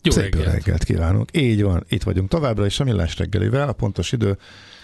Szép reggelt kívánunk. Így van, itt vagyunk továbbra is a Millás reggelivel, a pontos idő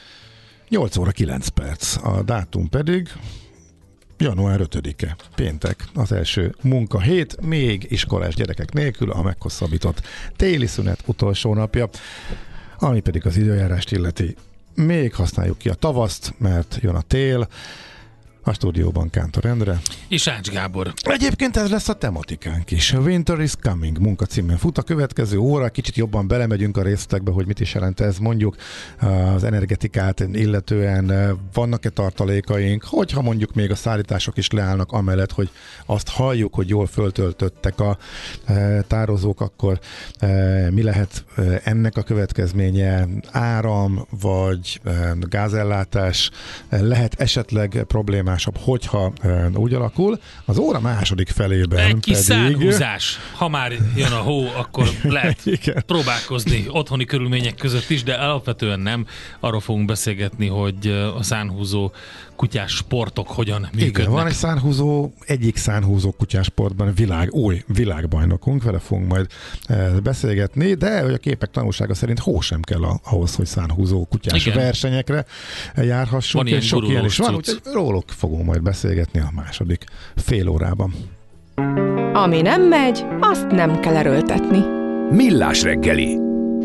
8 óra 9 perc, a dátum pedig január 5-e, péntek, az első munkahét, még iskolás gyerekek nélkül, a meghosszabbított téli szünet utolsó napja, ami pedig az időjárást illeti. Még használjuk ki a tavaszt, mert jön a tél. A stúdióban Kántor Endre. És Ács Gábor. Egyébként ez lesz a tematikánk is. Winter is coming munkacímen fut a következő óra. Kicsit jobban belemegyünk a részletekbe, hogy mit is jelent ez. Mondjuk az energetikát illetően vannak-e tartalékaink, hogyha mondjuk még a szállítások is leállnak amellett, hogy azt halljuk, hogy jól föltöltöttek a tározók, akkor mi lehet ennek a következménye? Áram vagy gázellátás? Lehet esetleg problémás, hogyha úgy alakul. Az óra második felében egy kis pedig... szárhúzás. Ha már jön a hó, akkor lehet próbálkozni otthoni körülmények között is, de alapvetően nem. Arról fogunk beszélgetni, hogy a szárhúzó kutyás sportok hogyan működnek. Igen, van egy szárhúzó, egyik szárhúzó kutyás sportban új világbajnokunk, vele fogunk majd beszélgetni, de hogy a képek tanulsága szerint hó sem kell ahhoz, hogy szárhúzó kutyás versenyekre járhassunk, és sok ilyen is van, úgyhogy róluk fogunk majd beszélgetni a második fél órában. Ami nem megy, azt nem kell erőltetni. Millás reggeli.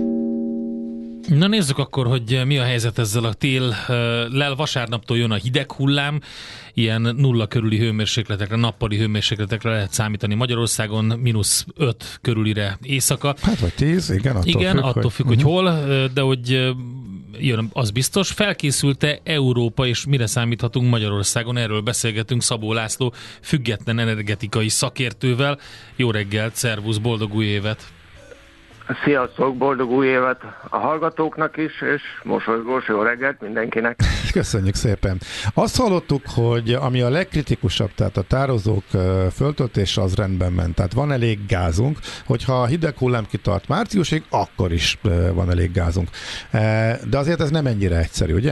Na nézzük akkor, hogy mi a helyzet ezzel a téllel. Vasárnaptól jön a hideg hullám, ilyen 0 körüli hőmérsékletekre, nappali hőmérsékletekre lehet számítani Magyarországon, -5 körülire éjszaka. Hát vagy 10, igen, attól függ, hogy hol, de hogy jön, az biztos. Felkészült-e Európa, és mire számíthatunk Magyarországon? Erről beszélgetünk Szabó László, független energetikai szakértővel. Jó reggelt, szervusz, boldog új évet! Sziasztok, boldog új évet a hallgatóknak is, és mosolygós jó reggelt mindenkinek. Köszönjük szépen. Azt hallottuk, hogy ami a legkritikusabb, tehát a tározók föltöltése az rendben ment, tehát van elég gázunk, hogyha a hideg hullám kitart márciusig, akkor is van elég gázunk. De azért ez nem ennyire egyszerű, ugye?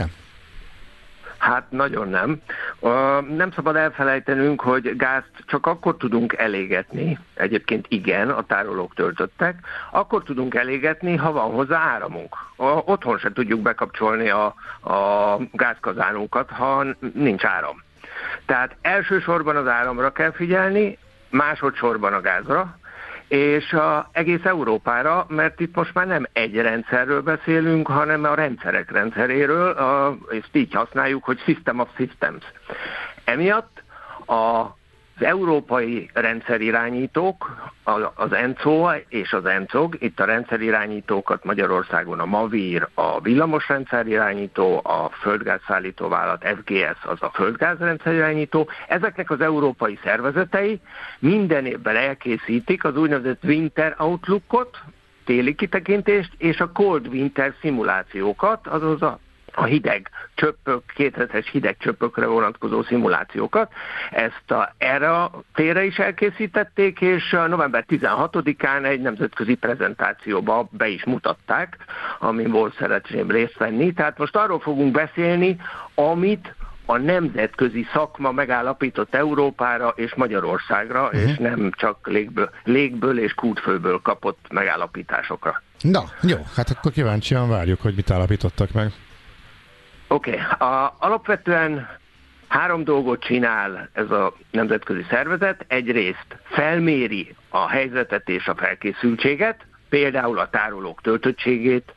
Hát nagyon nem. Nem szabad elfelejtenünk, hogy gázt csak akkor tudunk elégetni, egyébként igen, a tárolók töltöttek, akkor tudunk elégetni, ha van hozzá áramunk. Otthon se tudjuk bekapcsolni a gázkazánunkat, ha nincs áram. Tehát elsősorban az áramra kell figyelni, másodszorban a gázra, és egész Európára, mert itt most már nem egy rendszerről beszélünk, hanem a rendszerek rendszeréről, és így használjuk, hogy System of Systems. Emiatt az európai rendszerirányítók, az ENCO és az ENCOG, itt a rendszerirányítókat Magyarországon a MAVIR, a villamos rendszerirányító, a földgázszállító vállalat FGS, az a földgáz rendszerirányító, ezeknek az európai szervezetei minden évben elkészítik az úgynevezett Winter Outlookot, téli kitekintést, és a Cold Winter szimulációkat, azaz a hideg csöppök, 2000-es hideg csöppökre vonatkozó szimulációkat. Ezt erre a térre is elkészítették, és november 16-án egy nemzetközi prezentációba be is mutatták, amin volt szerencsém részt venni. Tehát most arról fogunk beszélni, amit a nemzetközi szakma megállapított Európára és Magyarországra, és nem csak légből és kútfőből kapott megállapításokra. Na, jó, hát akkor kíváncsian várjuk, hogy mit állapítottak meg. Oké. Alapvetően 3 dolgot csinál ez a nemzetközi szervezet. Egyrészt felméri a helyzetet és a felkészültséget, például a tárolók töltöttségét,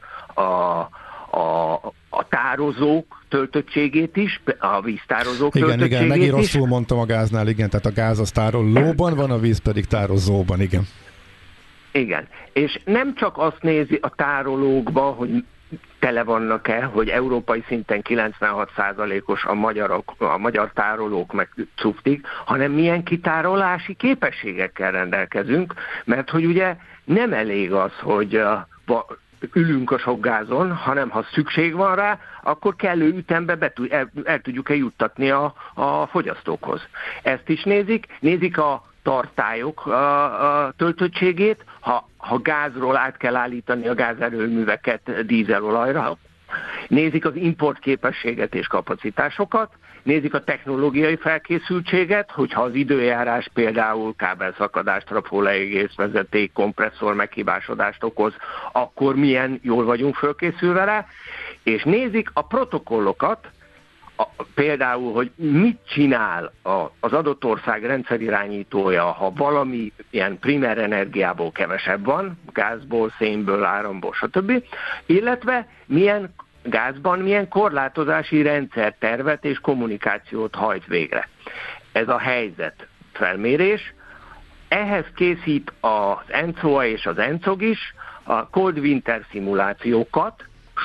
a tározók töltöttségét is, a víztározók töltöttségét is. Igen, megint is. rosszul mondtam a gáznál, igen, tehát a gáz az tárolóban van, a víz pedig tározóban, igen. Igen, és nem csak azt nézi a tárolókba, hogy tele vannak-e, hogy európai szinten 96%-os a magyar tárolók meg cuftik, hanem milyen kitárolási képességekkel rendelkezünk, mert hogy ugye nem elég az, hogy ülünk a sok gázon, hanem ha szükség van rá, akkor kellő ütembe el tudjuk-e juttatni a fogyasztókhoz. Ezt is nézik a tartályok a töltöttségét, ha gázról át kell állítani a gázerőműveket dízelolajra, nézik az importképességet és kapacitásokat, nézik a technológiai felkészültséget, hogyha az időjárás például kábelszakadást, trafóleégész, vezeték, kompresszor meghibásodást okoz, akkor milyen jól vagyunk fölkészülve rá, és nézik a protokollokat, például, hogy mit csinál az adott ország rendszerirányítója, ha valami ilyen primer energiából kevesebb van, gázból, szénből, áramból, stb., illetve milyen korlátozási rendszertervet és kommunikációt hajt végre. Ez a helyzet felmérés. Ehhez készít az ENCOA és az ENCOG is a Cold Winter szimulációkat,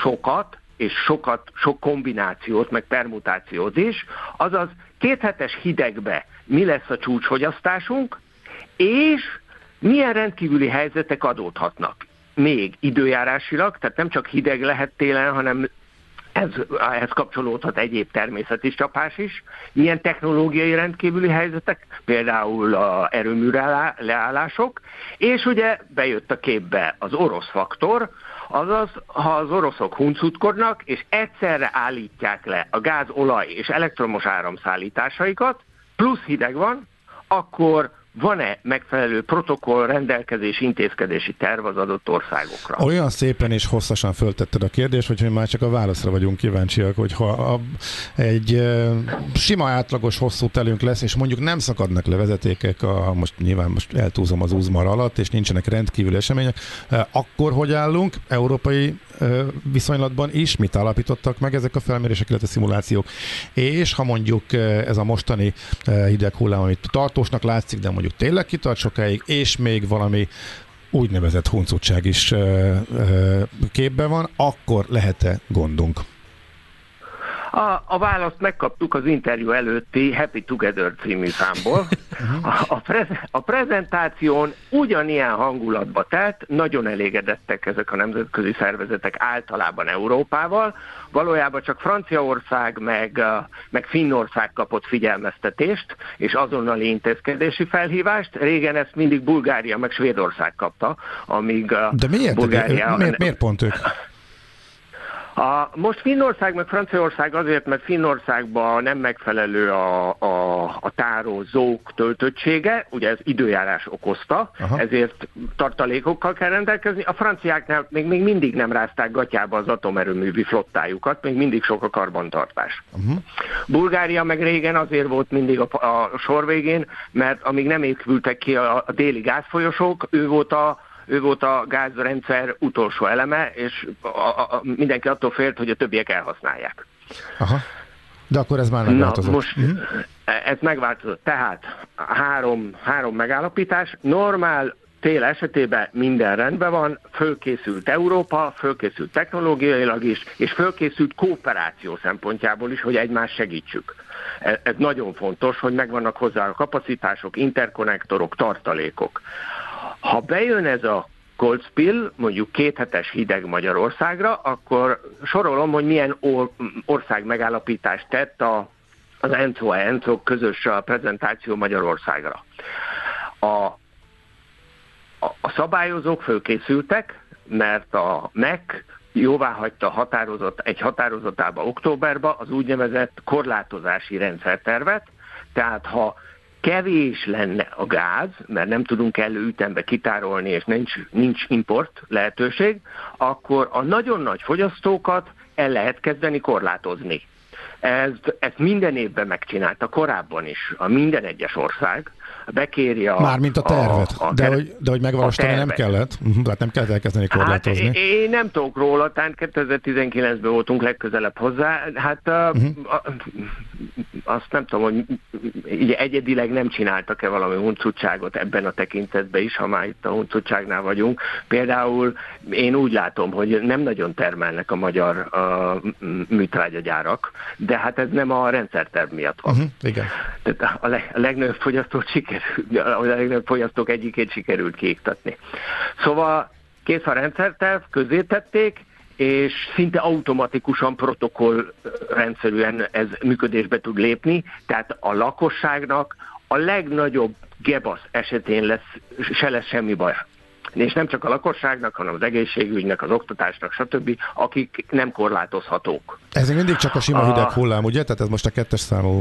sok kombinációt, meg permutációt is, azaz 2 hetes hidegbe mi lesz a csúcsfogyasztásunk, és milyen rendkívüli helyzetek adódhatnak. Még időjárásilag, tehát nem csak hideg lehet télen, hanem ehhez kapcsolódhat egyéb természeti csapás is. Milyen technológiai rendkívüli helyzetek, például az erőmű leállások, és ugye bejött a képbe az orosz faktor, azaz, ha az oroszok huncutkodnak, és egyszerre állítják le a gáz, olaj és elektromos áramszállításaikat, plusz hideg van, akkor van-e megfelelő protokoll, rendelkezés, intézkedési terv az adott országokra? Olyan szépen és hosszasan föltetted a kérdést, hogy mi már csak a válaszra vagyunk kíváncsiak, hogyha egy sima átlagos hosszú telünk lesz, és mondjuk nem szakadnak le vezetékek, most eltúzom az Uzmar alatt, és nincsenek rendkívüli események, akkor hogy állunk európai viszonylatban is? Mit állapítottak meg ezek a felmérések, illetve szimulációk? És ha mondjuk ez a mostani hideg hullám, amit tartósnak látszik, de mondjuk tényleg kitart sokáig, és még valami úgynevezett huncutság is képben van, akkor lehet-e gondunk? A választ megkaptuk az interjú előtti Happy Together című számból. A prezentáción ugyanilyen hangulatba telt, nagyon elégedettek ezek a nemzetközi szervezetek általában Európával. Valójában csak Franciaország meg Finnország kapott figyelmeztetést és azonnali intézkedési felhívást. Régen ezt mindig Bulgária meg Svédország kapta, amíg De miért pont ők? Most Finnország meg Franciaország azért, mert Finnországban nem megfelelő a tározók töltöttsége, ugye ez időjárás okozta, ezért tartalékokkal kell rendelkezni. A franciáknál még mindig nem rázták gatyába az atomerőművi flottájukat, még mindig sok a karbantartás. Bulgária meg régen azért volt mindig a sor végén, mert amíg nem épültek ki a déli gázfolyosók, ő volt a gázrendszer utolsó eleme, és mindenki attól félt, hogy a többiek elhasználják. Aha. De akkor ez már megváltozott. Na, most ez megváltozott. Tehát három megállapítás. Normál tél esetében minden rendben van, fölkészült Európa, fölkészült technológiailag is, és fölkészült kooperáció szempontjából is, hogy egymást segítsük. Ez nagyon fontos, hogy megvannak hozzá a kapacitások, interkonnektorok, tartalékok. Ha bejön ez a cold spill, mondjuk 2 hetes hideg Magyarországra, akkor sorolom, hogy milyen ország megállapítást tett az ENCOA közös prezentáció Magyarországra. A szabályozók fölkészültek, mert a MEC jóváhagyta egy határozatában októberben az úgynevezett korlátozási rendszertervet, tehát ha kevés lenne a gáz, mert nem tudunk kellő ütembe kitárolni, és nincs import lehetőség, akkor a nagyon nagy fogyasztókat el lehet kezdeni korlátozni. Ezt minden évben megcsinálta korábban is a minden egyes ország. Bekéri Mármint a tervet, de hogy megvalósítani nem kellett, tehát nem kellett elkezdeni korlátozni. Hát én nem tudok róla, tehát 2019-ben voltunk legközelebb hozzá, azt nem tudom, hogy így egyedileg nem csináltak-e valami huncutságot ebben a tekintetben is, ha már itt a huncutságnál vagyunk. Például én úgy látom, hogy nem nagyon termelnek a magyar műtrágyagyárak, de hát ez nem a rendszerterv miatt van. Igen. Tehát a legnagyobb fogyasztók egyikét sikerült kiiktatni. Szóval kész a rendszerterv, közzétették, és szinte automatikusan protokollrendszerűen ez működésbe tud lépni, tehát a lakosságnak a legnagyobb gebasz esetén se lesz semmi baj. és nem csak a lakosságnak, hanem az egészségügynek, az oktatásnak, stb., akik nem korlátozhatók. Ez mindig csak a sima hideg hullám, ugye? Tehát ez most a 2-es számú...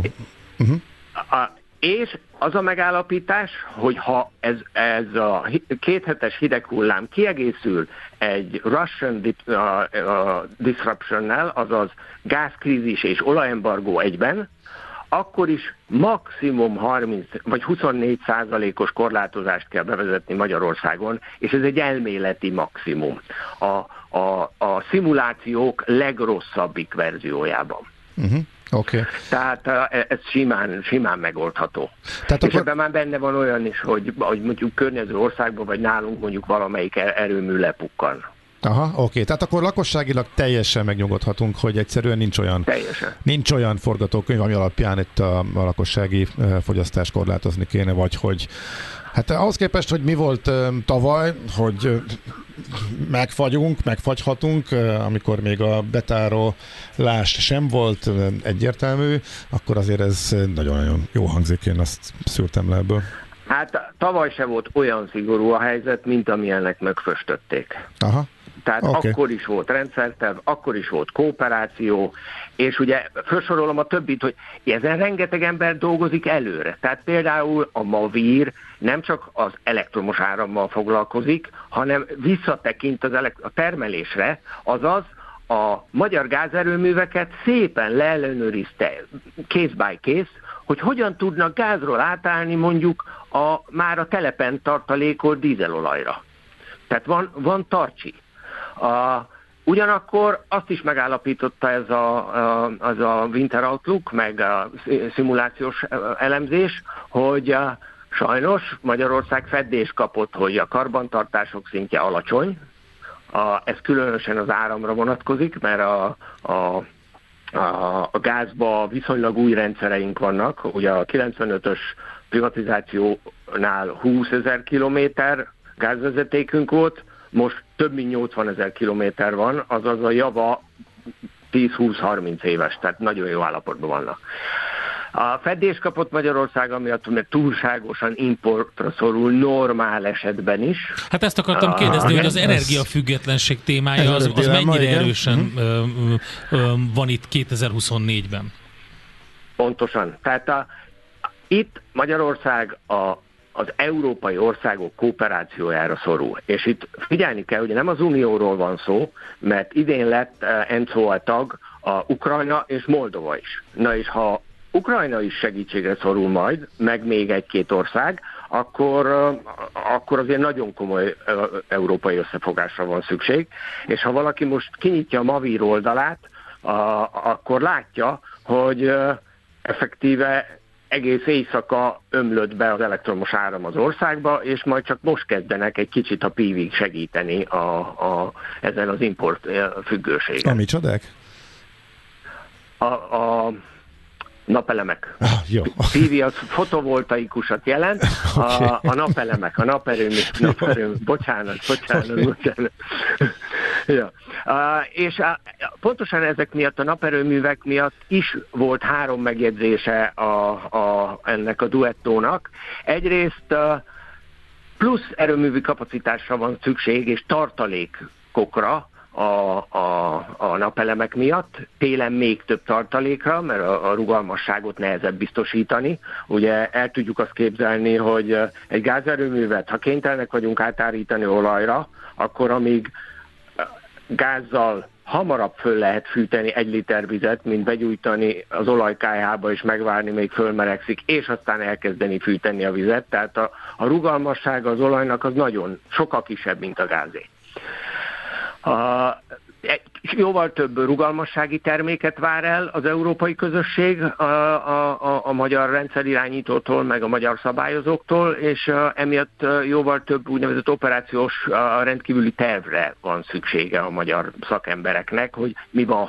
És az a megállapítás, hogy ha ez a 2 hetes hideg hullám kiegészül egy Russian disruptionnel, azaz gázkrízis és olajembargó egyben, akkor is maximum 30 vagy 24%-os korlátozást kell bevezetni Magyarországon, és ez egy elméleti maximum a szimulációk legrosszabbik verziójában. Okay. Tehát ez simán megoldható. Tehát és akkor... ebben már benne van olyan is, hogy mondjuk környező országban, vagy nálunk mondjuk valamelyik erőmű lepukkan. Aha, oké. Tehát akkor lakosságilag teljesen megnyugodhatunk, hogy egyszerűen nincs olyan forgatókönyv, ami alapján itt a lakossági fogyasztást korlátozni kéne, vagy hogy hát ahhoz képest, hogy mi volt tavaly, hogy megfagyhatunk, amikor még a betárolás sem volt egyértelmű, akkor azért ez nagyon-nagyon jó hangzik, én azt szűrtem le ebből. Hát tavaly se volt olyan szigorú a helyzet, mint amilyennek megföstötték. Aha. Tehát akkor is volt rendszerterv, akkor is volt kooperáció, és ugye felsorolom a többit, hogy ezen rengeteg ember dolgozik előre. Tehát például a Mavír nem csak az elektromos árammal foglalkozik, hanem visszatekint a termelésre, azaz a magyar gázerőműveket szépen leellenőrizte case by case, hogy hogyan tudnak gázról átállni mondjuk már a telepen tartalékolt dízelolajra. Tehát van tartsi. Ugyanakkor azt is megállapította ez a Winter Outlook, meg a szimulációs elemzés, hogy sajnos Magyarország fedés kapott, hogy a karbantartások szintje alacsony. Ez különösen az áramra vonatkozik, mert a gázban viszonylag új rendszereink vannak. Ugye a 95-ös privatizációnál 20 000 kilométer gázvezetékünk volt, most több mint 80 000 kilométer van, azaz a java 10-20-30 éves, tehát nagyon jó állapotban vannak. A fedés kapott Magyarország amiatt, mert túlságosan importra szorul normál esetben is. Hát ezt akartam kérdezni, hogy az energiafüggetlenség témája az mennyire erősen van itt 2024-ben? Pontosan. Tehát itt Magyarország az európai országok kooperációjára szorul. És itt figyelni kell, hogy nem az Unióról van szó, mert idén lett ENCOA tag a Ukrajna és Moldova is. Na és ha Ukrajna is segítségre szorul majd, meg még egy-két ország, akkor azért nagyon komoly európai összefogásra van szükség. És ha valaki most kinyitja a Mavír oldalát, akkor látja, hogy effektíve egész éjszaka ömlött be az elektromos áram az országba, és majd csak most kezdenek egy kicsit a PV-ig segíteni ezen az import függőségen. A micsodák? A napelemek. Jó. A PV az fotovoltaikusat jelent, okay. A napelemek, a naperőmű, bocsánat. Ja. És pontosan ezek miatt, a naperőművek miatt is volt 3 megjegyzése ennek a duettónak. Egyrészt plusz erőművi kapacitásra van szükség, és tartalékokra, a napelemek miatt, télen még több tartalékra, mert a rugalmasságot nehezebb biztosítani. Ugye el tudjuk azt képzelni, hogy egy gázerőművet, ha kénytelenek vagyunk átállítani olajra, akkor amíg gázzal hamarabb föl lehet fűteni 1 liter vizet, mint begyújtani az olajkályhába és megvárni, még fölmelegszik, és aztán elkezdeni fűteni a vizet. Tehát a rugalmassága az olajnak az nagyon sokkal kisebb, mint a gázé. Jóval több rugalmassági terméket vár el az európai közösség a magyar rendszerirányítótól, meg a magyar szabályozóktól, és emiatt jóval több úgynevezett operációs rendkívüli tervre van szüksége a magyar szakembereknek, hogy mi van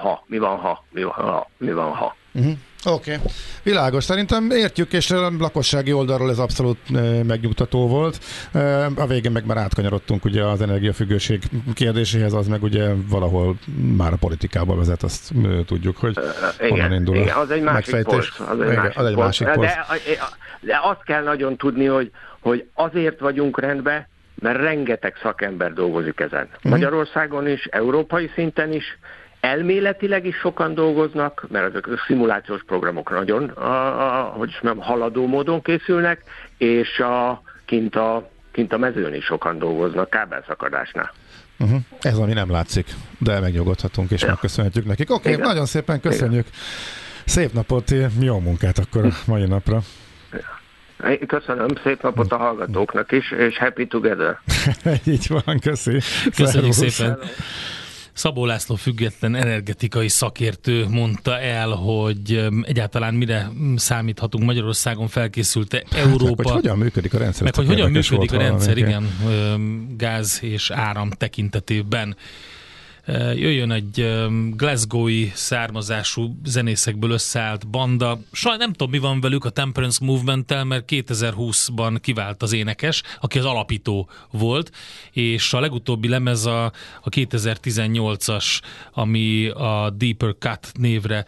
ha. Oké. Világos. Szerintem értjük, és a lakossági oldalról ez abszolút megnyugtató volt. A végén meg már átkanyarodtunk ugye az energiafüggőség kérdéséhez, az meg ugye valahol már a politikába vezet, azt tudjuk, hogy honnan indul igen, az egy másik porsz. Az egy másik porsz. De azt kell nagyon tudni, hogy azért vagyunk rendben, mert rengeteg szakember dolgozik ezen. Magyarországon is, európai szinten is, elméletileg is sokan dolgoznak, mert ezek a szimulációs programok nagyon haladó módon készülnek, és kint a mezőn is sokan dolgoznak kábelszakadásnál. Ez ami nem látszik, de megnyugodhatunk és megköszönhetjük nekik. Oké, nagyon szépen köszönjük. Igen. Szép napot, jó munkát akkor mai napra. Köszönöm, szép napot a hallgatóknak is, és happy together. Így van, köszi. Köszönjük szépen. Szabó László független energetikai szakértő mondta el, hogy egyáltalán mire számíthatunk Magyarországon, felkészült Európa. Hogy hogyan működik a rendszer. Meg hogy hogyan működik a rendszer, igen, gáz és áram tekintetében. Jöjjön egy glasgowi származású zenészekből összeállt banda. Nem tudom, mi van velük a Temperance Movement-tel, mert 2020-ban kivált az énekes, aki az alapító volt, és a legutóbbi lemez a 2018-as, ami a Deeper Cut névre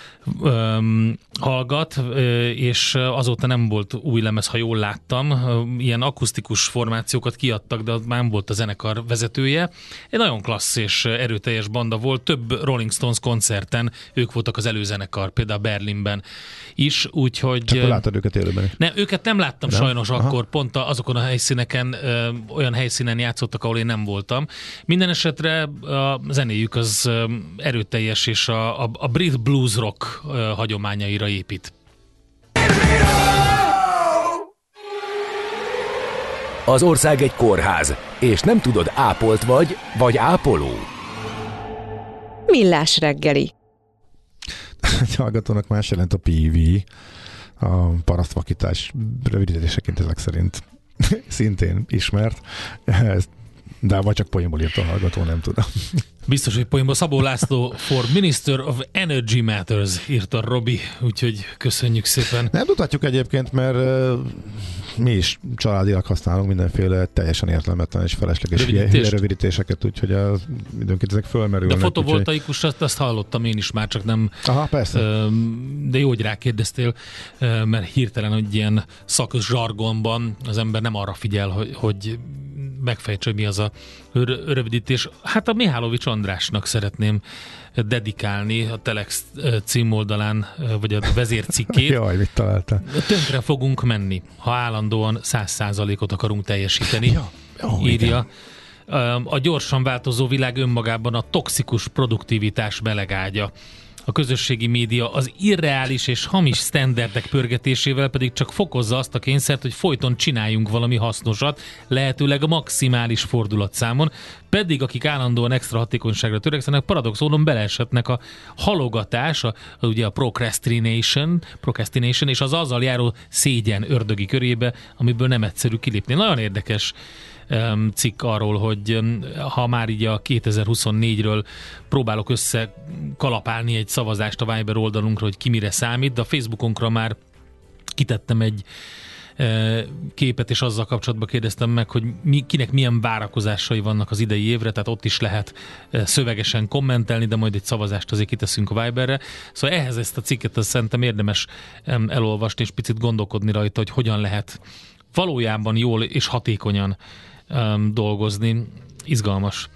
hallgat, és azóta nem volt új lemez, ha jól láttam. Ilyen akusztikus formációkat kiadtak, de már nem volt a zenekar vezetője. Egy nagyon klassz és erőteljes banda volt. Több Rolling Stones koncerten ők voltak az előzenekar, például Berlinben is, úgyhogy... Csak láttad őket élőben? Ne, őket nem láttam sajnos akkor, pont azokon a helyszíneken, olyan helyszínen játszottak, ahol én nem voltam. Minden esetre a zenéjük az erőteljes, és a brit blues rock hagyományaira épít. Az ország egy kórház, és nem tudod, ápolt vagy ápoló. Millás reggeli. Egy hallgatónak más jelent a PV, a parasztvakítás rövidítéseként ezek szerint szintén ismert, de vagy csak poénból írt a hallgató, nem tudom. Biztos, hogy poénból. Szabó László for Minister of Energy Matters írta Robi, úgyhogy köszönjük szépen. Nem tudhatjuk egyébként, mert mi is családilag használunk mindenféle teljesen értelmetlen és felesleges rövidítéseket, úgyhogy időnként ezek fölmerülnek. De fotovoltaikus, azt hallottam én is már, csak nem... Aha, persze. De jó, hogy rákérdeztél, mert hirtelen, hogy ilyen szakos zsargonban az ember nem arra figyel, hogy megfejtse, hogy mi az a rövidítés. Hát a Mihálovics Andrásnak szeretném dedikálni a Telex címoldalán, vagy a vezércikkét. Jaj, mit találtál? Tönkre fogunk menni, ha állandóan 100%-ot akarunk teljesíteni, írja. A gyorsan változó világ önmagában a toxikus produktivitás melegágya. A közösségi média az irreális és hamis sztenderdek pörgetésével pedig csak fokozza azt a kényszert, hogy folyton csináljunk valami hasznosat, lehetőleg a maximális fordulatszámon, pedig akik állandóan extra hatékonyságra törekszenek, paradoxónon beleeshetnek a halogatás, ugye a procrastination és az azzal járó szégyen ördögi körébe, amiből nem egyszerű kilépni. Nagyon érdekes cikk arról, hogy ha már így a 2024-ről próbálok összekalapálni egy szavazást a Viber oldalunkra, hogy ki mire számít, de a Facebookunkra már kitettem egy képet, és azzal kapcsolatban kérdeztem meg, hogy kinek milyen várakozásai vannak az idei évre, tehát ott is lehet szövegesen kommentelni, de majd egy szavazást azért kiteszünk a Viberre. Szóval ehhez ezt a cikket szerintem érdemes elolvasni, és picit gondolkodni rajta, hogy hogyan lehet valójában jól és hatékonyan dolgozni. Izgalmas.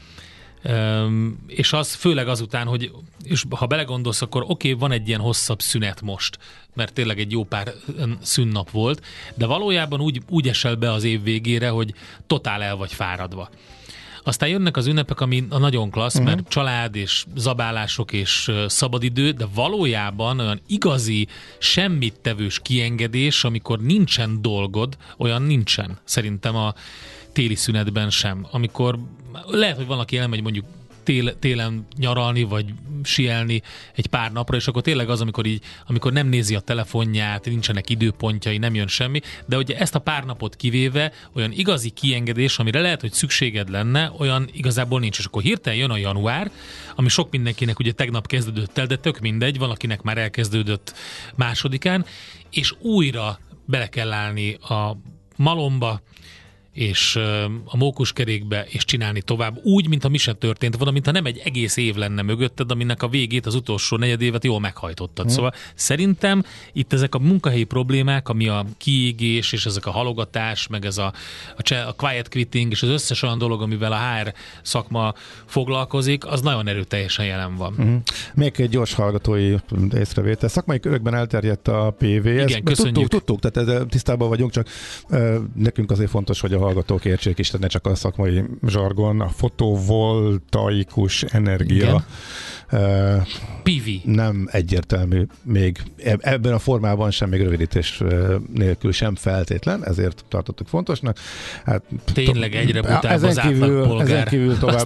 És az főleg azután, hogy és ha belegondolsz, akkor oké, van egy ilyen hosszabb szünet most, mert tényleg egy jó pár szünnap volt, de valójában úgy esel be az év végére, hogy totál el vagy fáradva. Aztán jönnek az ünnepek, ami a nagyon klassz, mert család és zabálások és szabadidő, de valójában olyan igazi, semmit tevős kiengedés, amikor nincsen dolgod, olyan nincsen. Szerintem a téli szünetben sem. Amikor lehet, hogy van, aki elmegy mondjuk télen nyaralni, vagy sielni egy pár napra, és akkor tényleg az, amikor nem nézi a telefonját, nincsenek időpontjai, nem jön semmi, de ugye ezt a pár napot kivéve olyan igazi kiengedés, amire lehet, hogy szükséged lenne, olyan igazából nincs. És akkor hirtelen jön a január, ami sok mindenkinek ugye tegnap kezdődött el, de tök mindegy, valakinek már elkezdődött másodikán, és újra bele kell állni a malomba, és a mókuskerékbe, és csinálni tovább, úgy, mintha mi sem történt volna, mintha nem egy egész év lenne mögötted, aminek a végét, az utolsó negyedévet jól meghajtottad. Szóval szerintem itt ezek a munkahelyi problémák, ami a kiégés, és ezek a halogatás, meg ez a quiet quitting, és az összes olyan dolog, amivel a HR szakma foglalkozik, az nagyon erőteljesen jelen van. Még egy gyors hallgatói észrevétel. Szakmai körökben elterjedt a PV. Igen, köszönjük. Tudtuk, tehát ezzel tisztában vagyunk, csak nekünk azért fontos, hogy a hallgatók értsék is, tehát ne csak a szakmai zsargon, a fotovoltaikus energia PV. Nem egyértelmű még ebben a formában sem, még rövidítés nélkül sem feltétlen, ezért tartottuk fontosnak. Hát, tényleg egyre butább az átlagpolgár. Ezen kívül tovább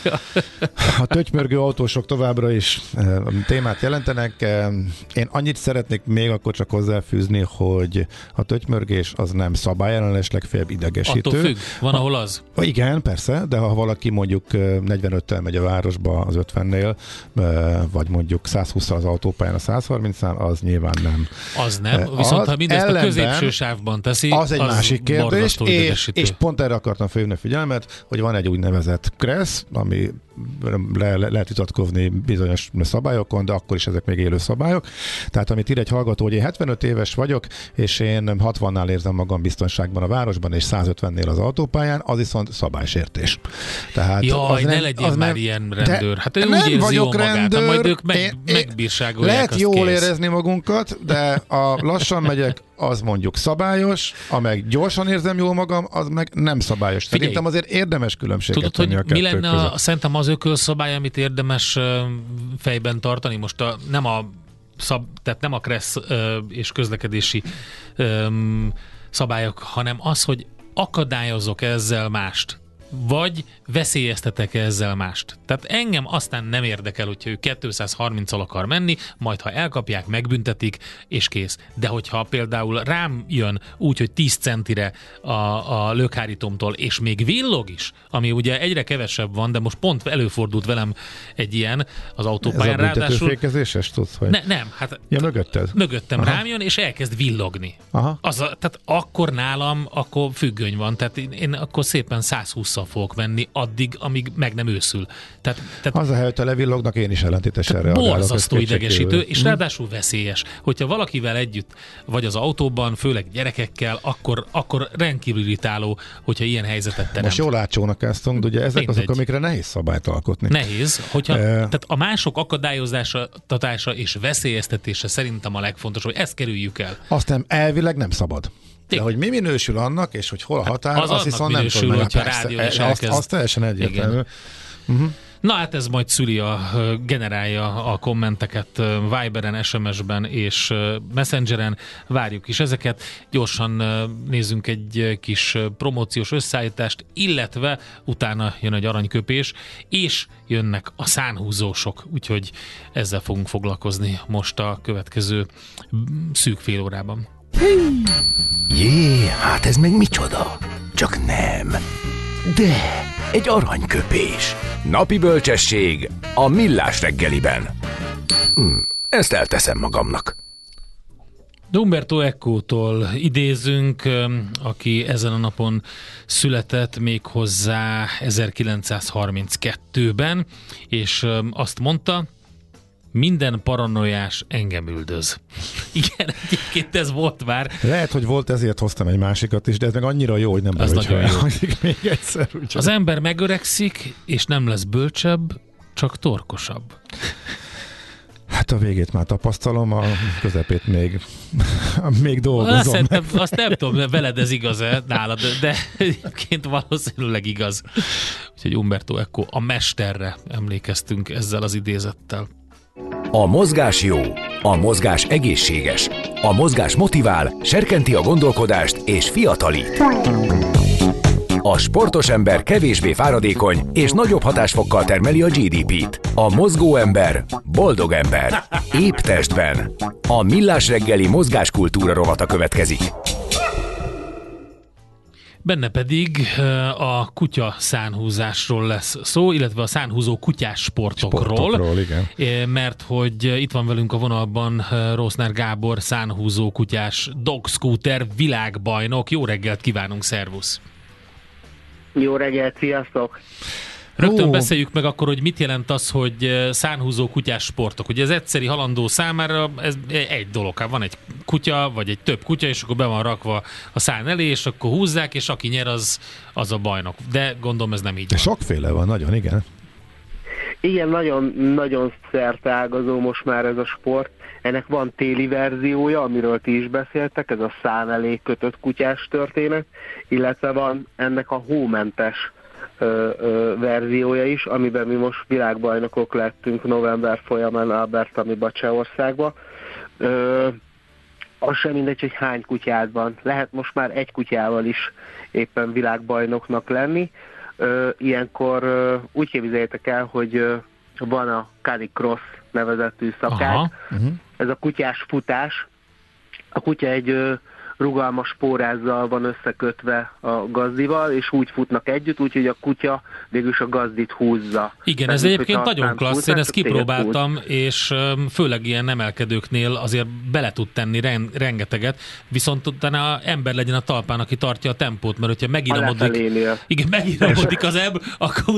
a tötymörgő autósok továbbra is témát jelentenek. Én annyit szeretnék még akkor csak hozzáfűzni, hogy a tötymörgés az nem szabályellenes, legfeljebb idegesítő. Attól függ, van ahol az? Igen, persze, de ha valaki mondjuk 45-tel megy a városba az 50-nél, vagy mondjuk 120-szal az autópályán a 130-nál, az nyilván nem. Az nem, viszont ha mindezt a középső sávban teszi, az egy másik kérdés, és pont erre akartam felhívni a figyelmet, hogy van egy úgynevezett KRESZ, ami lehet vitatkozni bizonyos szabályokon, de akkor is ezek még élő szabályok. Tehát amit ír egy hallgató, hogy én 75 éves vagyok, és én 60-nál érzem magam biztonságban a városban, és 150-nél az autópályán, az viszont szabálysértés. Tehát jaj, ne legyen már ilyen rendőr. Hát ő úgy érzi jól magát, majd ők megbírságolják. Lehet jól érezni magunkat, de a lassan megyek, az mondjuk szabályos, amely gyorsan érzem jól magam, az meg nem szabályos. Szerintem azért érdemes különbséget tenni a kettő között. Mi lenne szerintem az ökölszabály, amit érdemes fejben tartani? Most tehát nem a KRESZ és közlekedési szabályok, hanem az, hogy akadályozok ezzel mást, vagy veszélyeztetek ezzel mást. Tehát engem aztán nem érdekel, hogyha ő 230-al akar menni, majd ha elkapják, megbüntetik, és kész. De hogyha például rám jön úgy, hogy 10 centire a lökhárítómtól, és még villog is, ami ugye egyre kevesebb van, de most pont előfordult velem egy ilyen az autópályán. Ez a büntetőfékezéses tudsz? Vagy? Nem, hát mögöttem Aha. rám jön, és elkezd villogni. Aha. Tehát akkor nálam, akkor függöny van, tehát én akkor szépen 120-szal fogok venni addig, amíg meg nem őszül. Tehát az a helyet, a levillognak, én is ellentétesen reagálok. Borzasztó idegesítő, és ráadásul veszélyes. Hogyha valakivel együtt vagy az autóban, főleg gyerekekkel, akkor rendkívül irritáló, hogyha ilyen helyzetet teremt. Most jól átcsónakáztunk, de ugye ezek azok, amikre nehéz szabályt alkotni. Nehéz, hogyha tehát a mások akadályozása és veszélyeztetése szerintem a legfontosabb, hogy ezt kerüljük el. Azt nem, elvileg nem szabad. De hogy mi minősül annak, és hogy hol a határ, az viszont nem tudom. Hogyha rádió is elkezd. Az teljesen egyértelmű. Na hát ez majd generálja a kommenteket Viberen, SMS-ben és Messengeren. Várjuk is ezeket. Gyorsan nézzünk egy kis promóciós összeállítást, illetve utána jön egy aranyköpés, és jönnek a szánhúzósok, úgyhogy ezzel fogunk foglalkozni most a következő szűk fél órában. Jé, hát ez meg micsoda? Csak nem. De egy aranyköpés. Napi bölcsesség a Millás reggeliben. Ezt elteszem magamnak. Umberto Eco-tól idézünk, aki ezen a napon született, méghozzá 1932-ben, és azt mondta, minden paranoiás engem üldöz. Igen, egyébként ez volt már. Lehet, hogy volt, ezért hoztam egy másikat is, de ez meg annyira jó, hogy nem baj, hogy elhangzik még egyszer. Úgyhogy. Az ember megöregszik, és nem lesz bölcsebb, csak torkosabb. Hát a végét már tapasztalom, a közepét még dolgozom. Azt nem tudom, veled ez igaz-e nálad, de egyébként valószínűleg igaz. Úgyhogy Umberto Eco, a mesterre emlékeztünk ezzel az idézettel. A mozgás jó, a mozgás egészséges, a mozgás motivál, serkenti a gondolkodást és fiatalít. A sportos ember kevésbé fáradékony és nagyobb hatásfokkal termeli a GDP-t. A mozgó ember boldog ember. Épp testben. A Millás reggeli mozgáskultúra rovata következik. Benne pedig a kutya szánhúzásról lesz szó, illetve a szánhúzó kutyás sportokról. Igen. Mert hogy itt van velünk a vonalban Rosner Gábor, szánhúzó kutyás dog scooter világbajnok. Jó reggelt kívánunk, szervusz! Jó reggelt, sziasztok! Rögtön beszéljük meg akkor, hogy mit jelent az, hogy szárnyhúzó kutyás sportok. Ugye az egyszeri halandó számára ez egy dolog. Hát van egy kutya, vagy egy több kutya, és akkor be van rakva a szárny elé, és akkor húzzák, és aki nyer, az a bajnok. De gondolom ez nem így de van. sokféle van, nagyon, igen. Igen, nagyon szerteágazó most már ez a sport. Ennek van téli verziója, amiről ti is beszéltek, ez a szárny elé kötött kutyás történet, illetve van ennek a hómentes verziója is, amiben mi most világbajnokok lettünk november folyamán Albertamiba, Csehországba. Az sem mindegy, hogy hány kutyád van. Lehet most már egy kutyával is éppen világbajnoknak lenni. Ilyenkor úgy képzeljétek el, hogy van a Canicross nevezetű szakág. Ez a kutyás futás. A kutya egy rugalmas spórázzal van összekötve a gazdival, és úgy futnak együtt, úgyhogy a kutya végülis a gazdit húzza. Igen, tehát ez egyébként nagyon klassz, én ezt kipróbáltam, és főleg ilyen emelkedőknél azért bele tud tenni rengeteget, viszont utána ember legyen a talpán, aki tartja a tempót, mert hogyha megiramodik az ebb, akkor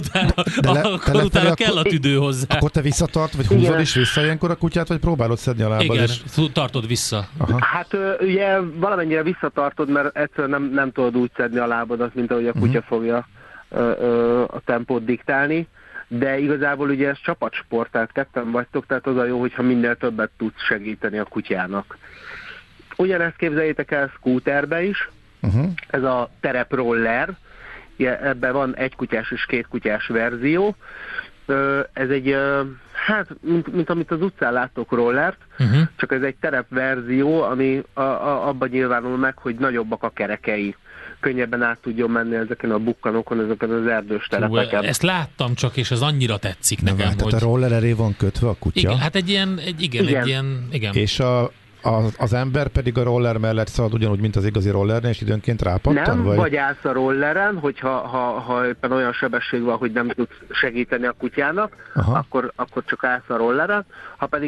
utána kell a tüdő hozzá. Akkor te visszatart, vagy húzod is vissza ilyenkor a kutyát, vagy próbálod szedni a lábad? Igen, tartod vissza. Aha. Hát ugye valamennyire visszatartod, mert egyszerűen nem tudod úgy szedni a lábadat, mint ahogy a kutya fogja a tempót diktálni, de igazából ugye ez csapatsport, tehát ketten vagytok, tehát az a jó, hogyha minél többet tudsz segíteni a kutyának. Ugyanezt képzeljétek el scooterbe is, ez a tereproller, ebben van egy kutyás és két kutyás verzió. Ez egy, hát, mint amit az utcán láttok rollert, csak ez egy terepverzió, ami abban nyilvánul meg, hogy nagyobbak a kerekei. Könnyebben át tudjon menni ezeken a bukkanokon, ezeken az erdős telepeken. Ezt láttam csak, és ez annyira tetszik nekem. Hogy... Tehát a roller elé van kötve a kutya? Igen, hát egy ilyen. És az ember pedig a roller mellett szalad ugyanúgy, mint az igazi rollernél, és időnként rápattan? Nem, vagy állsz a rolleren, hogyha éppen olyan sebesség van, hogy nem tudsz segíteni a kutyának, akkor csak állsz a rolleren. Ha pedig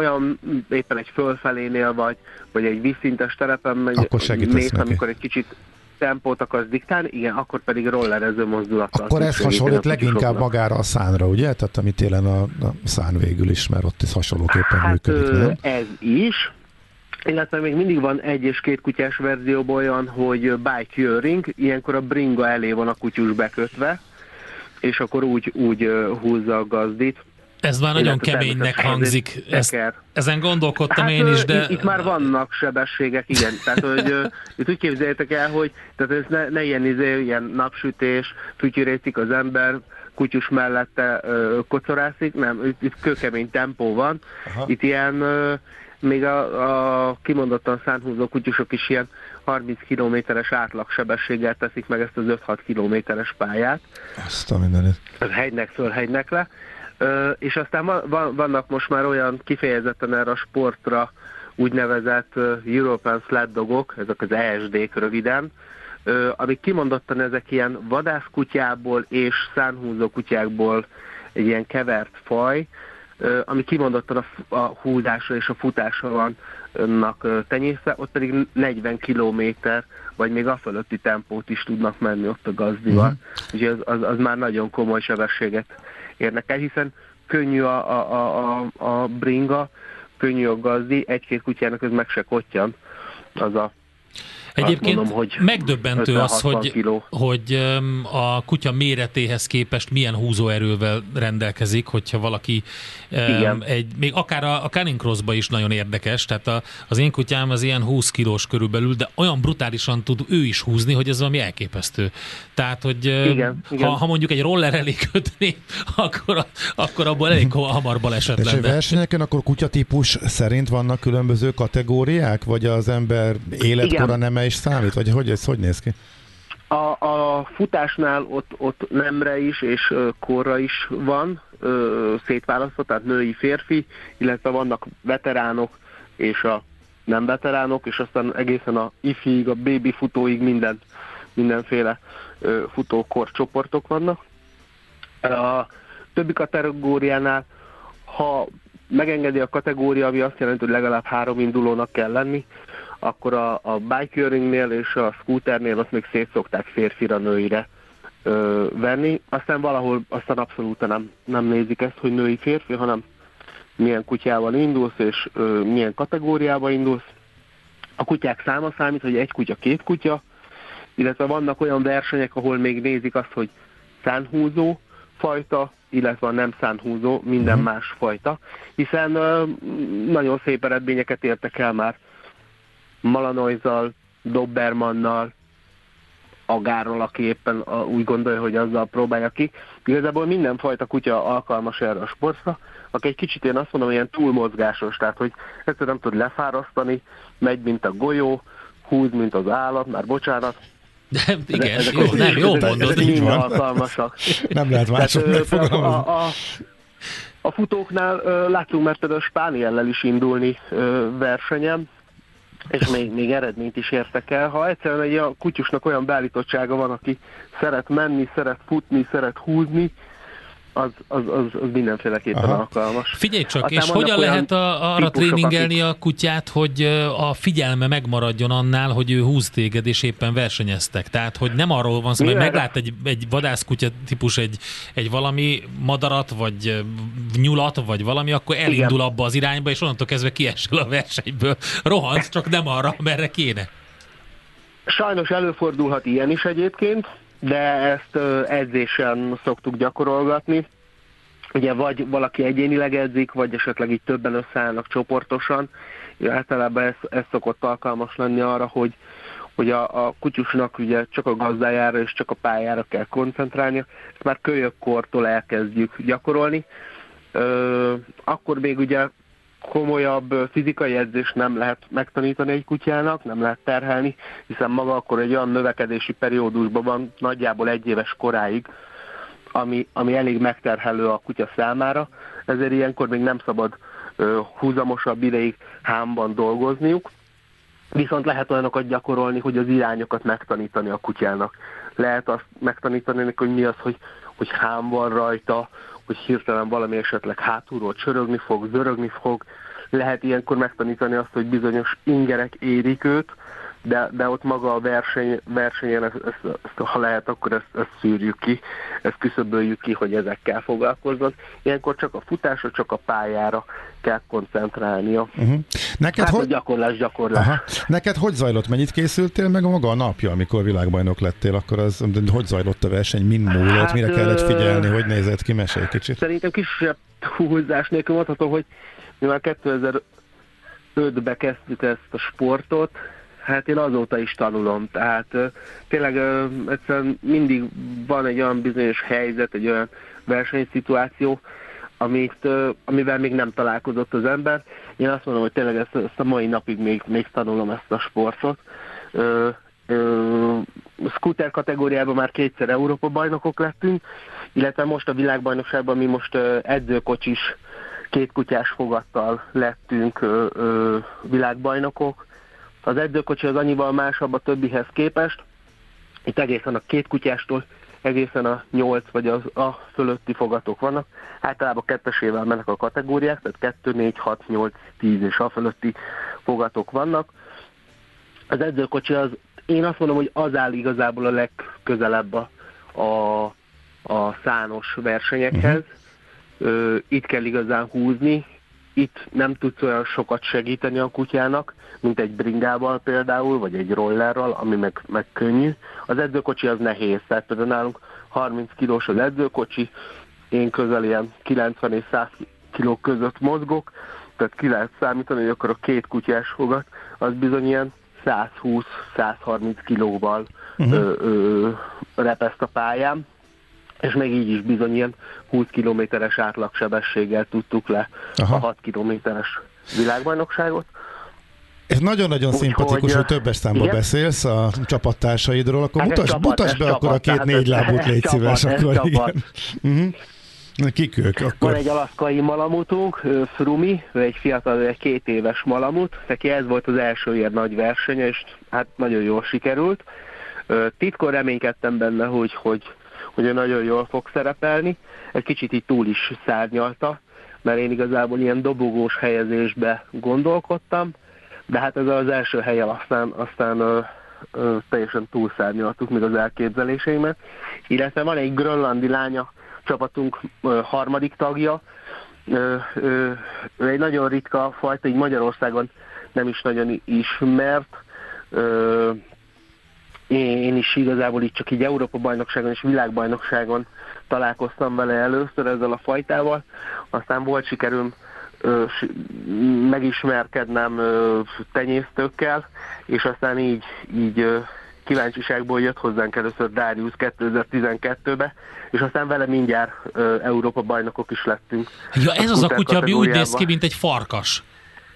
éppen egy fölfelénél vagy egy vízszintes terepen mész, amikor egy kicsit tempót akarsz diktálni, igen, akkor pedig rollerező mozdulattal. Akkor ez hasonlít leginkább magára a szánra, ugye? Tehát amit télen a szán végül is, mert ott is hasonlóképpen működik, nem? Ez is. Illetve még mindig van egy és két kutyás verzióban olyan, hogy bike earring, ilyenkor a bringa elé van a kutyus bekötve, és akkor úgy húzza a gazdit. Ez már nagyon keménynek hangzik. Ezen gondolkodtam én is, de... Itt már vannak sebességek, igen. Tehát, hogy itt úgy képzeljétek el, hogy tehát ez ne ilyen napsütés, fütyörészik az ember, kutyus mellette kocorászik, nem, itt kőkemény tempó van. Aha. Itt ilyen... Még a kimondottan szánhúzó kutyusok is ilyen 30 kilométeres átlagsebességgel teszik meg ezt az 5-6 kilométeres pályát. Azt a mindenit. Ez hegynek föl, hegynek le. És aztán vannak most már olyan kifejezetten erre a sportra úgynevezett European Sled Dogok, ezek az ESD-k röviden, amik kimondottan ezek ilyen vadászkutyából és szánhúzó kutyákból egy ilyen kevert faj, ami kimondottan a húzásra és a futásra vannak tenyészve, ott pedig 40 kilométer, vagy még a fölötti tempót is tudnak menni ott a gazdival. Úgyhogy az már nagyon komoly sebességet érnek el, hiszen könnyű a bringa, könnyű a gazdi, egy-két kutyának ez meg se kottyan, az a Egyébként mondom, hogy egy az, hogy a kutya méretéhez képest milyen húzóerővel rendelkezik, hogyha valaki még akár a Canicrossba is nagyon érdekes, tehát az én kutyám az ilyen 20 kilós körülbelül, de olyan brutálisan tud ő is húzni, hogy ez valami elképesztő. Tehát, hogy igen. Ha mondjuk egy roller elé kötné, akkor abból elég hamar baleset lenne. És a versenyeken akkor kutyatípus szerint vannak különböző kategóriák, vagy az ember életkora neme is számít? Vagy hogy néz ki? A futásnál ott nemre is és korra is van szétválasztott, tehát női, férfi, illetve vannak veteránok és a nem veteránok, és aztán egészen a ifiig, a baby futóig mindenféle futókorcsoportok vannak. A többi kategóriánál, ha megengedi a kategória, ami azt jelenti, hogy legalább 3 indulónak kell lenni, akkor a bike-earingnél és a scooternél azt még szétszokták férfira, nőire venni. Aztán valahol abszolút nem nézik ezt, hogy női férfi, hanem milyen kutyával indulsz, és milyen kategóriába indulsz. A kutyák száma számít, hogy egy kutya, két kutya, illetve vannak olyan versenyek, ahol még nézik azt, hogy szánhúzó fajta, illetve a nem szánhúzó, minden más fajta, hiszen nagyon szép eredményeket értek el már Malinoizzal, Dobermannal, Agárral, aki éppen úgy gondolja, hogy azzal próbálja ki. Igazából mindenfajta kutya alkalmas erre a sportra, aki egy kicsit, én azt mondom, ilyen túlmozgásos, tehát hogy egyszerűen nem tud lefárasztani, megy, mint a golyó, húz, mint az állat, már bocsánat. De igen, jó mondod. Ezek mind alkalmasak. Nem lehet mások megfogalmazni. A futóknál láttunk már például Spániellel is indulni versenyen, és még eredményt is értek el. Ha egyszerűen egy a kutyusnak olyan beállítottsága van, aki szeret menni, szeret futni, szeret húzni, az mindenféleképpen alkalmas. Figyelj csak, aztán és hogyan lehet arra tréningelni a kutyát, hogy a figyelme megmaradjon annál, hogy ő húz téged, és éppen versenyeztek? Tehát, hogy nem arról van szó, hogy meglát egy vadászkutya típus egy valami madarat, vagy nyulat, vagy valami, akkor elindul abba az irányba, és onnantól kezdve kiesel a versenyből. Rohansz, csak nem arra, merre kéne. Sajnos előfordulhat ilyen is egyébként, de ezt edzésen szoktuk gyakorolgatni. Ugye vagy valaki egyénileg edzik, vagy esetleg így többen összeállnak csoportosan. Általában ez szokott alkalmas lenni arra, hogy a kutyusnak ugye csak a gazdájára és csak a pályára kell koncentrálnia. Ezt már kölyökkortól elkezdjük gyakorolni. Akkor még ugye komolyabb fizikai edzést nem lehet megtanítani egy kutyának, nem lehet terhelni, hiszen maga akkor egy olyan növekedési periódusban van nagyjából 1 éves koráig, ami elég megterhelő a kutya számára, ezért ilyenkor még nem szabad húzamosabb ideig hámban dolgozniuk, viszont lehet olyanokat gyakorolni, hogy az irányokat megtanítani a kutyának. Lehet azt megtanítani, hogy mi az, hogy hám van rajta, hogy hirtelen valami esetleg hátulról csörögni fog, zörögni fog. Lehet ilyenkor megtanítani azt, hogy bizonyos ingerek érik őt, de ott maga a versenyen, ezt, ha lehet, akkor ezt szűrjük ki, ezt küszöböljük ki, hogy ezekkel foglalkozzon. Ilyenkor csak a futásra, csak a pályára kell koncentrálnia. Neked a gyakorlás. Aha. Neked hogy zajlott? Mennyit készültél meg maga a napja, amikor világbajnok lettél? Akkor hogy zajlott a verseny? Mind múlott? Mire kellett figyelni? Hogy nézett ki? Mesélj kicsit. Szerintem kisebb húzás nélkül mondhatom, hogy mi már 2005-ben kezdtük ezt a sportot, hát én azóta is tanulom, tehát tényleg egyszerűen mindig van egy olyan bizonyos helyzet, egy olyan versenyszituáció, amivel még nem találkozott az ember. Én azt mondom, hogy tényleg ezt a mai napig még tanulom ezt a sportot. Scooter kategóriában már 2-szer Európa-bajnokok lettünk, illetve most a világbajnokságban mi most edzőkocsis 2 kutyás fogattal lettünk világbajnokok. Az edzőkocsi az annyival másabb a többihez képest. Itt egészen a 2 kutyástól egészen a 8 vagy a fölötti fogatok vannak. Általában 2-esével mennek a kategóriák, tehát 2, 4, 6, 8, 10 és a fölötti fogatok vannak. Az edzőkocsi az, én azt mondom, hogy az áll igazából a legközelebb a szános versenyekhez. Itt kell igazán húzni, itt nem tudsz olyan sokat segíteni a kutyának, mint egy bringával például, vagy egy rollerral, ami meg könnyű. Az edzőkocsi az nehéz, tehát például nálunk 30 kilós az edzőkocsi, én közel ilyen 90 és 100 kiló között mozgok, tehát ki lehet számítani, hogy akkor a 2 kutyás fogat, az bizony ilyen 120-130 kilóval repeszt a pályán, és még így is bizony ilyen 20 kilométeres átlagsebességgel tudtuk le a 6 kilométeres világbajnokságot. Ez nagyon-nagyon szimpatikus, hogy többes számba beszélsz a csapattársaidról, akkor mutasd be akkor a 2 négylábút, légy szíves. Akkor igen. Kik ők akkor? Van egy alaszkai malamutunk, Frumi, ő egy fiatal, egy 2 éves malamut, neki ez volt az első ilyen nagy versenye, és hát nagyon jól sikerült. Titkon reménykedtem benne, hogy ő nagyon jól fog szerepelni. Egy kicsit így túl is szárnyalta, mert én igazából ilyen dobogós helyezésbe gondolkodtam, de hát ez az első helyen aztán teljesen túlszárnyaltuk még az elképzeléseimet. Illetve van egy grönlandi lánya csapatunk harmadik tagja, ő egy nagyon ritka fajta, így Magyarországon nem is nagyon ismert. Én is igazából így csak így Európa-bajnokságon és világbajnokságon találkoztam vele először ezzel a fajtával. Aztán volt sikerül megismerkednem tenyésztőkkel, és aztán így kíváncsiságból jött hozzánk először Darius 2012-be, és aztán vele mindjárt Európa-bajnokok is lettünk. Ja, ez az a kutya, ami úgy néz ki, mint egy farkas.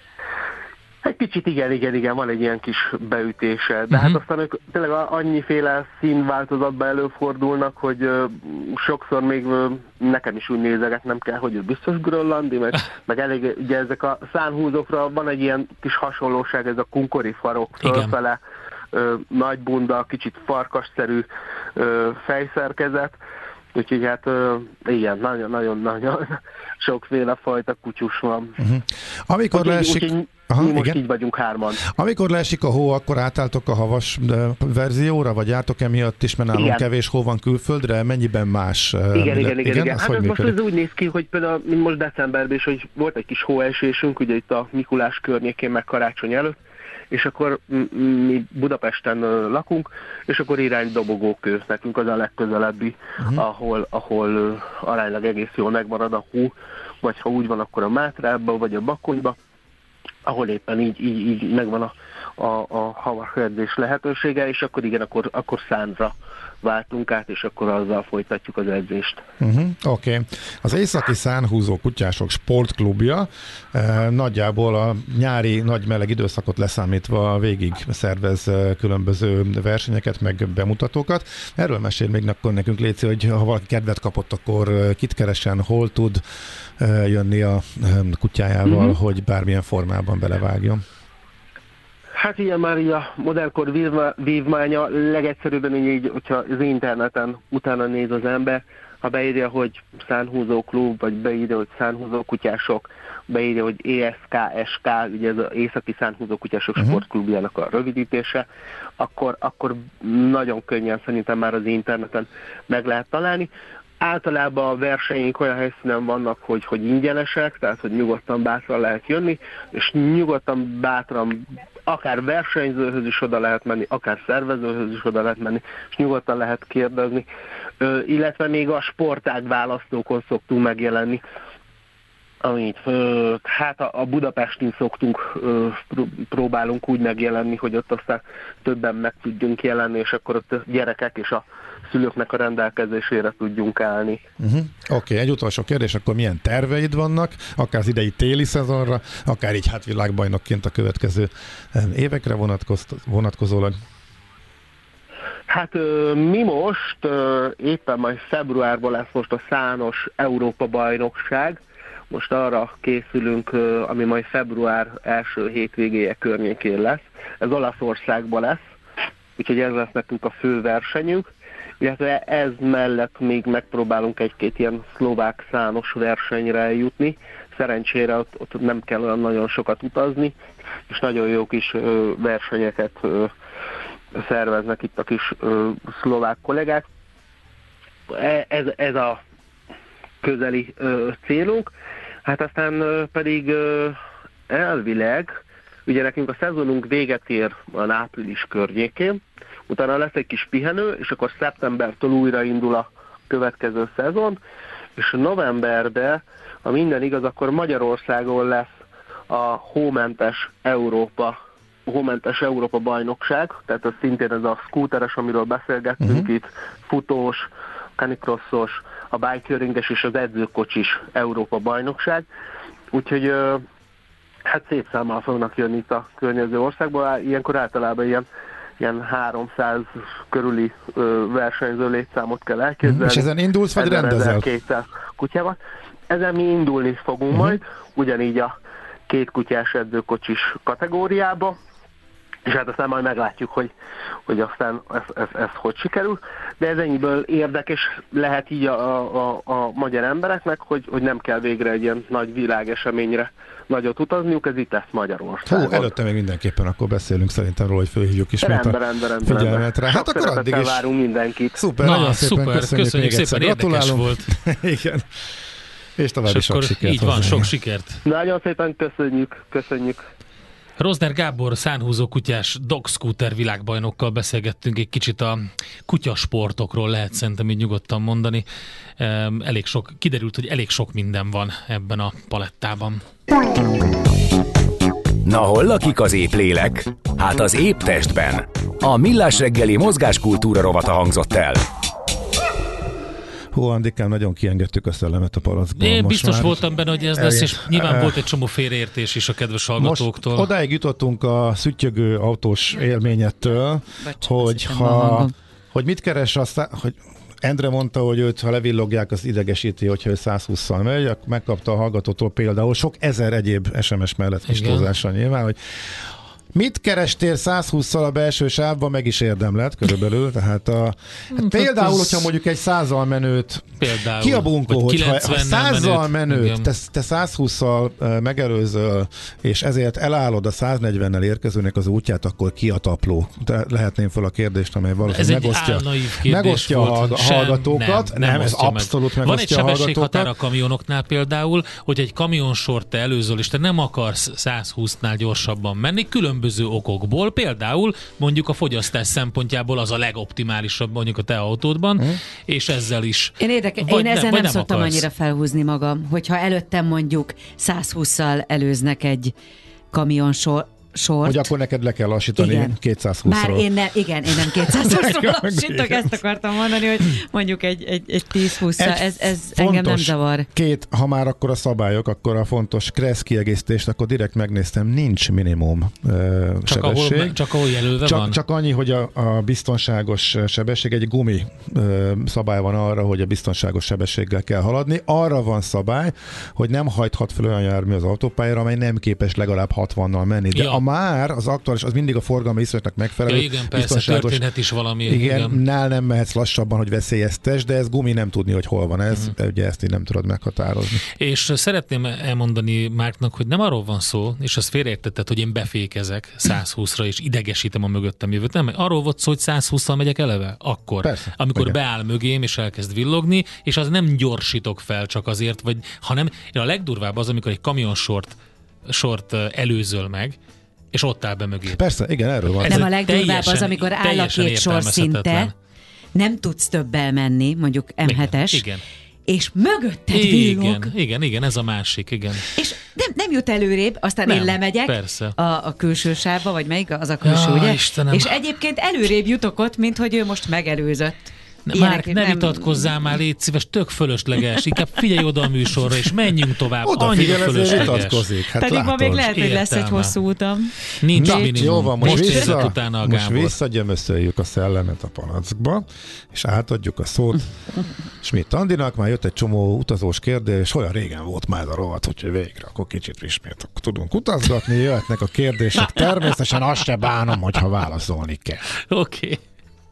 Egy kicsit igen, van egy ilyen kis beütése, de hát aztán ők tényleg annyiféle színváltozatba előfordulnak, hogy sokszor még nekem is úgy nézegetnem kell, hogy ő biztos grönlandi, meg elég, ugye ezek a szánhúzókra van egy ilyen kis hasonlóság, ez a kunkori farok fölfele, nagy bunda, kicsit farkasszerű fejszerkezet, úgyhogy hát igen, nagyon-nagyon sokféle fajta kutyus van. Amikor leesik... mi most így vagyunk hárman. Amikor leesik a hó, akkor átálltok a havas verzióra, vagy jártok emiatt is, mert nálunk kevés hó van külföldre, mennyiben más? Igen. Hát ez most ez úgy néz ki, hogy például most decemberben is, hogy volt egy kis hóesésünk, ugye itt a Mikulás környékén, meg karácsony előtt, és akkor mi Budapesten lakunk, és akkor irány Dobogókő, nekünk az a legközelebbi, ahol aránylag egész jól megmarad a hó, vagy ha úgy van, akkor a Mátrába, vagy a Bakonyba, ahol éppen így megvan a havas edzés lehetősége, és akkor igen, akkor szánra váltunk át, és akkor azzal folytatjuk az edzést. Oké. Az Északi Szánhúzó Kutyások Sportklubja nagyjából a nyári nagy meleg időszakot leszámítva végig szervez különböző versenyeket, meg bemutatókat. Erről mesélj még akkor nekünk, Léci, hogy ha valaki kedvet kapott, akkor kit keresen, hol tud jönni a kutyájával, hogy bármilyen formában belevágjon. Hát ilyen már így a modellkor vívmánya legegyszerűbben így, hogyha az interneten utána néz az ember, ha beírja, hogy szánhúzó klub, vagy beírja, hogy szánhúzó kutyások, beírja, hogy ESKSK, ugye ez az Északi Szánhúzó Kutyások Sportklubjának a rövidítése, akkor nagyon könnyen szerintem már az interneten meg lehet találni. Általában a versenyünk olyan helyszínen vannak, hogy ingyenesek, tehát hogy nyugodtan bátran lehet jönni, és nyugodtan bátran akár versenyzőhöz is oda lehet menni, akár szervezőhöz is oda lehet menni, és nyugodtan lehet kérdezni, illetve még a sportág választókon szoktunk megjelenni, amit hát a Budapesten szoktunk, próbálunk úgy megjelenni, hogy ott aztán többen meg tudjunk jelenni, és akkor ott a gyerekek és a szülőknek a rendelkezésére tudjunk állni. Oké, egy utolsó kérdés, akkor milyen terveid vannak, akár az idei téli szezonra, akár így hát világbajnokként a következő évekre vonatkozólag? Hát mi most éppen majd februárban lesz most a szános Európa-bajnokság, most arra készülünk, ami majd február első hétvégéje környékén lesz. Ez Olaszországban lesz, úgyhogy ez lesz nekünk a fő versenyünk, illetve ez mellett még megpróbálunk egy-két ilyen szlovák szános versenyre eljutni. Szerencsére ott nem kell olyan nagyon sokat utazni, és nagyon jó kis versenyeket szerveznek itt a kis szlovák kollégák. Ez a közeli célunk. Hát aztán pedig elvileg, ugye nekünk a szezonunk véget ér a április környékén, utána lesz egy kis pihenő, és akkor szeptembertől újra indul a következő szezon, és novemberben, ha minden igaz, akkor Magyarországon lesz a hómentes Európa bajnokság, tehát az szintén ez a scooteres, amiről beszélgettünk itt, futós, canicrossos, a bikeringes és az edzőkocsis Európa bajnokság, úgyhogy hát szép számmal fognak jönni itt a környező országból, ilyenkor általában ilyen 300 körüli versenyző létszámot kell elképzelni. És ezen indulsz, vagy rendezel? 1200 kutyával. Ezen mi indulni fogunk majd, ugyanígy a 2 kutyás edzőkocsis kategóriába. és hát aztán majd meglátjuk, hogy aztán ez hogy sikerül, de ez ennyiből érdekes lehet így a magyar embereknek, hogy nem kell végre egy ilyen nagy világeseményre nagyot utazniuk, ez itt lesz Magyarországon. Előtte még mindenképpen akkor beszélünk szerintem róla, hogy fölhívjuk ismét rendben. figyelmet rá. Hát akkor addig is várunk mindenkit. Szuper, nagyon szépen köszönjük még egyszer. Gratulálunk. Volt. Igen. És további sok sikert. Így van, sok sikert. Nagyon szépen köszönjük. Rozner Gábor szánhúzó kutyás dog scooter világbajnokkal beszélgettünk egy kicsit a kutyasportokról, lehet szerintem így nyugodtan mondani. Kiderült, hogy elég sok minden van ebben a palettában. Na hol lakik az épp lélek? Hát az épp testben. A Millás reggeli mozgáskultúra rovata hangzott el. Hú, Andikám, nagyon kiengedtük a szellemet a palackból. Én biztos voltam benne, hogy ez lesz, és nyilván volt egy csomó félreértés is a kedves hallgatóktól. Most odáig jutottunk a szüttyögő autós élményettől, hogy mit keres hogy Endre mondta, hogy őt, ha levillogják, az idegesíti, hogyha ő 120-szal megy, megkapta a hallgatótól például sok ezer egyéb SMS mellett kistózással nyilván, hogy mit kerestél 120-szal a belső sávban, meg is érdemlet körülbelül, tehát például, hogyha mondjuk egy 100-al menőt ki a bunkó, hogyha 100-al menőt te 120-szal megelőzöl, és ezért elállod a 140-nel érkezőnek az útját, akkor ki a tapló? De lehetném fel a kérdést, amely valószínűleg megosztja a hallgatókat. Nem, ez abszolút megosztja a hallgatókat. Van egy sebességhatár a kamionoknál például, hogy egy kamionsort te előzöl, és te nem akarsz 120-nál gyorsabban menni, különböző okokból, például mondjuk a fogyasztás szempontjából az a legoptimálisabb mondjuk a te autódban, és ezzel is. Én ezzel nem szoktam annyira felhúzni magam, hogyha előttem mondjuk 120-szal előznek egy kamionsort. Hogy akkor neked le kell lassítani 220-ról. Bár én nem 220-ról lassítok, ezt akartam mondani, hogy mondjuk egy 10-20-szal, ez engem nem zavar. Ha már akkor a szabályok, akkor a fontos kressz kiegészítést, akkor direkt megnéztem, nincs minimum sebesség. Csak ahol jelölve van? Csak annyi, hogy a biztonságos sebesség, egy gumi szabály van arra, hogy a biztonságos sebességgel kell haladni. Arra van szabály, hogy nem hajthat fel olyan jármű az autópályára, amely nem képes legalább 60-nal menni. De már az aktuális, az mindig a forgalmi viszonyoknak megfelelő. Ja, igen, persze, történhet is valami. Igen, nál nem mehetsz lassabban, hogy veszélyeztes, de ez gumi nem tudni, hogy hol van ez. Ugye ezt így nem tudod meghatározni. És szeretném elmondani Márknak, hogy nem arról van szó, és azt félreértetted, hogy én befékezek 120-ra, és idegesítem a mögöttem jövőt. Nem, arról volt szó, hogy 120-szal megyek eleve. Akkor, persze, amikor igen, beáll mögém, és elkezd villogni, és az nem gyorsítok fel csak azért, hanem a legdurvább az, amikor egy kamionsort előzöl meg, és ott áll be mögé. Persze, igen, erről van. Nem, a legdurvább az, amikor áll a két sor szinte, nem tudsz többel menni, mondjuk M7-es, igen. És mögötted villog. Igen, ez a másik, igen. És nem jut előrébb, aztán én lemegyek a külső sávba, vagy melyik az a külső, ugye? Istenem. És egyébként előrébb jutok ott, mint hogy ő most megelőzött. Márk, ne vitatkozzál már, légy szíves, tök fölösleges. Inkább figyelj oda a műsorra, és menjünk tovább. Annyira fölösleges. Hát pedig ma még lehet, hogy lesz egy hosszú utam. Nincs minimum. Jó van, most visszagyömöszöljük a szellemet a palackba, és átadjuk a szót Schmidt Andinak. Már jött egy csomó utazós kérdés, olyan régen volt már a rovat, hogy végre, akkor kicsit ismét tudunk utazgatni, jöhetnek a kérdések. Természetesen azt se bánom, hogyha válaszolni kell. Oké.